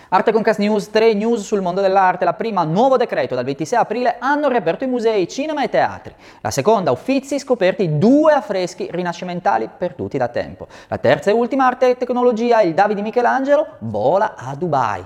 Arte Concast News, 3 news sul mondo dell'arte. La prima, nuovo decreto, dal 26 aprile hanno riaperto i musei, cinema e teatri. La seconda, Uffizi, scoperti 2 affreschi rinascimentali perduti da tempo. La terza e ultima, arte e tecnologia, il David di Michelangelo vola a Dubai.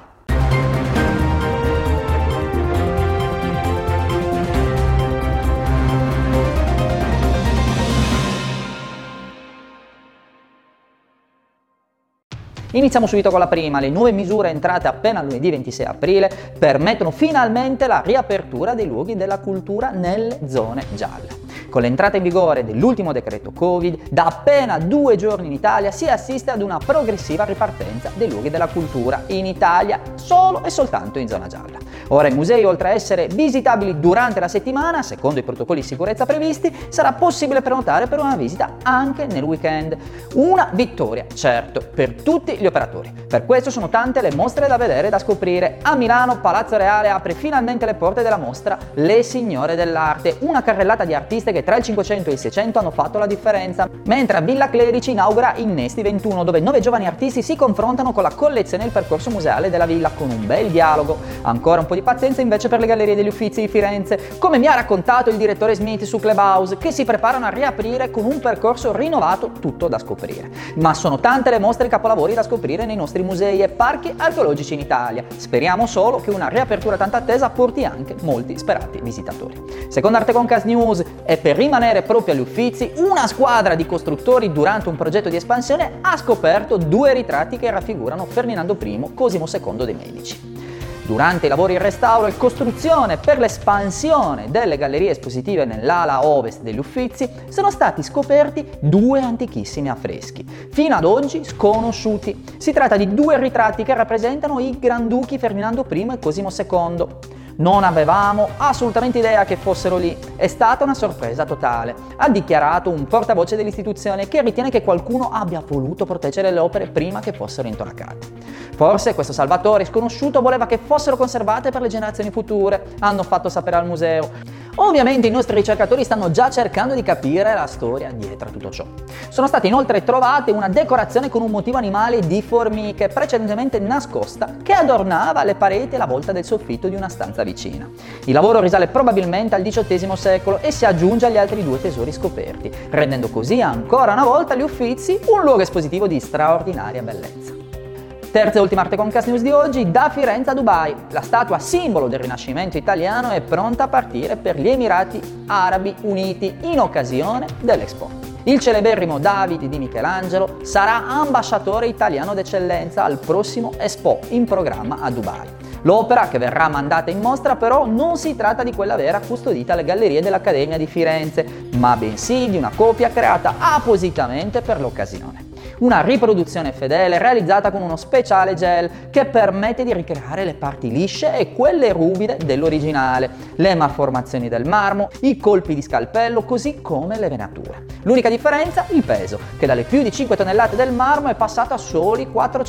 Iniziamo subito con la prima. Le nuove misure entrate appena lunedì 26 aprile permettono finalmente la riapertura dei luoghi della cultura nelle zone gialle. Con l'entrata in vigore dell'ultimo decreto Covid, da appena 2 giorni in Italia si assiste ad una progressiva ripartenza dei luoghi della cultura in Italia solo e soltanto in zona gialla. Ora i musei, oltre a essere visitabili durante la settimana, secondo i protocolli di sicurezza previsti, sarà possibile prenotare per una visita anche nel weekend. Una vittoria, certo, per tutti gli operatori. Per questo sono tante le mostre da vedere e da scoprire. A Milano, Palazzo Reale apre finalmente le porte della mostra Le Signore dell'Arte, una carrellata di artiste che tra il 500 e il 600 hanno fatto la differenza, mentre a Villa Clerici inaugura Innesti 21, dove 9 giovani artisti si confrontano con la collezione e il percorso museale della villa con un bel dialogo. Ancora un po' di pazienza invece per le gallerie degli Uffizi di Firenze, come mi ha raccontato il direttore Smith su Clubhouse, che si preparano a riaprire con un percorso rinnovato, tutto da scoprire. Ma sono tante le mostre e capolavori da scoprire nei nostri musei e parchi archeologici in Italia. Speriamo solo che una riapertura tanto attesa porti anche molti sperati visitatori. Secondo Arte Concast News, e per rimanere proprio agli Uffizi, una squadra di costruttori durante un progetto di espansione ha scoperto 2 ritratti che raffigurano Ferdinando I, Cosimo II dei Medici. Durante i lavori in restauro e costruzione per l'espansione delle gallerie espositive nell'ala ovest degli Uffizi sono stati scoperti 2 antichissimi affreschi, fino ad oggi sconosciuti. Si tratta di 2 ritratti che rappresentano i granduchi Ferdinando I e Cosimo II. Non avevamo assolutamente idea che fossero lì, è stata una sorpresa totale, ha dichiarato un portavoce dell'istituzione che ritiene che qualcuno abbia voluto proteggere le opere prima che fossero intonacate. Forse questo salvatore sconosciuto voleva che fossero conservate per le generazioni future, hanno fatto sapere al museo. Ovviamente i nostri ricercatori stanno già cercando di capire la storia dietro a tutto ciò. Sono state inoltre trovate una decorazione con un motivo animale di formiche precedentemente nascosta che adornava le pareti e la volta del soffitto di una stanza vicina. Il lavoro risale probabilmente al XVIII secolo e si aggiunge agli altri 2 tesori scoperti, rendendo così ancora una volta gli Uffizi un luogo espositivo di straordinaria bellezza. Terza e ultima Arte Concast News di oggi, da Firenze a Dubai. La statua simbolo del Rinascimento italiano è pronta a partire per gli Emirati Arabi Uniti in occasione dell'Expo. Il celeberrimo David di Michelangelo sarà ambasciatore italiano d'eccellenza al prossimo Expo in programma a Dubai. L'opera, che verrà mandata in mostra, però non si tratta di quella vera custodita alle gallerie dell'Accademia di Firenze, ma bensì di una copia creata appositamente per l'occasione. Una riproduzione fedele realizzata con uno speciale gel che permette di ricreare le parti lisce e quelle ruvide dell'originale, le malformazioni del marmo, i colpi di scalpello, così come le venature. L'unica differenza? Il peso, che dalle più di 5 tonnellate del marmo è passato a soli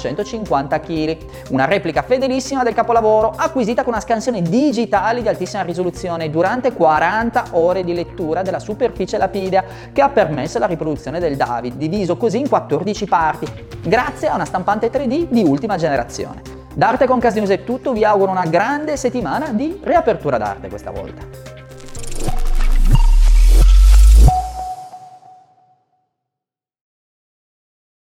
450 kg. Una replica fedelissima del capolavoro, acquisita con una scansione digitale di altissima risoluzione durante 40 ore di lettura della superficie lapidea, che ha permesso la riproduzione del David, diviso così in 14 parti, grazie a una stampante 3D di ultima generazione. Da Arte Concast News è tutto, vi auguro una grande settimana di riapertura d'arte questa volta.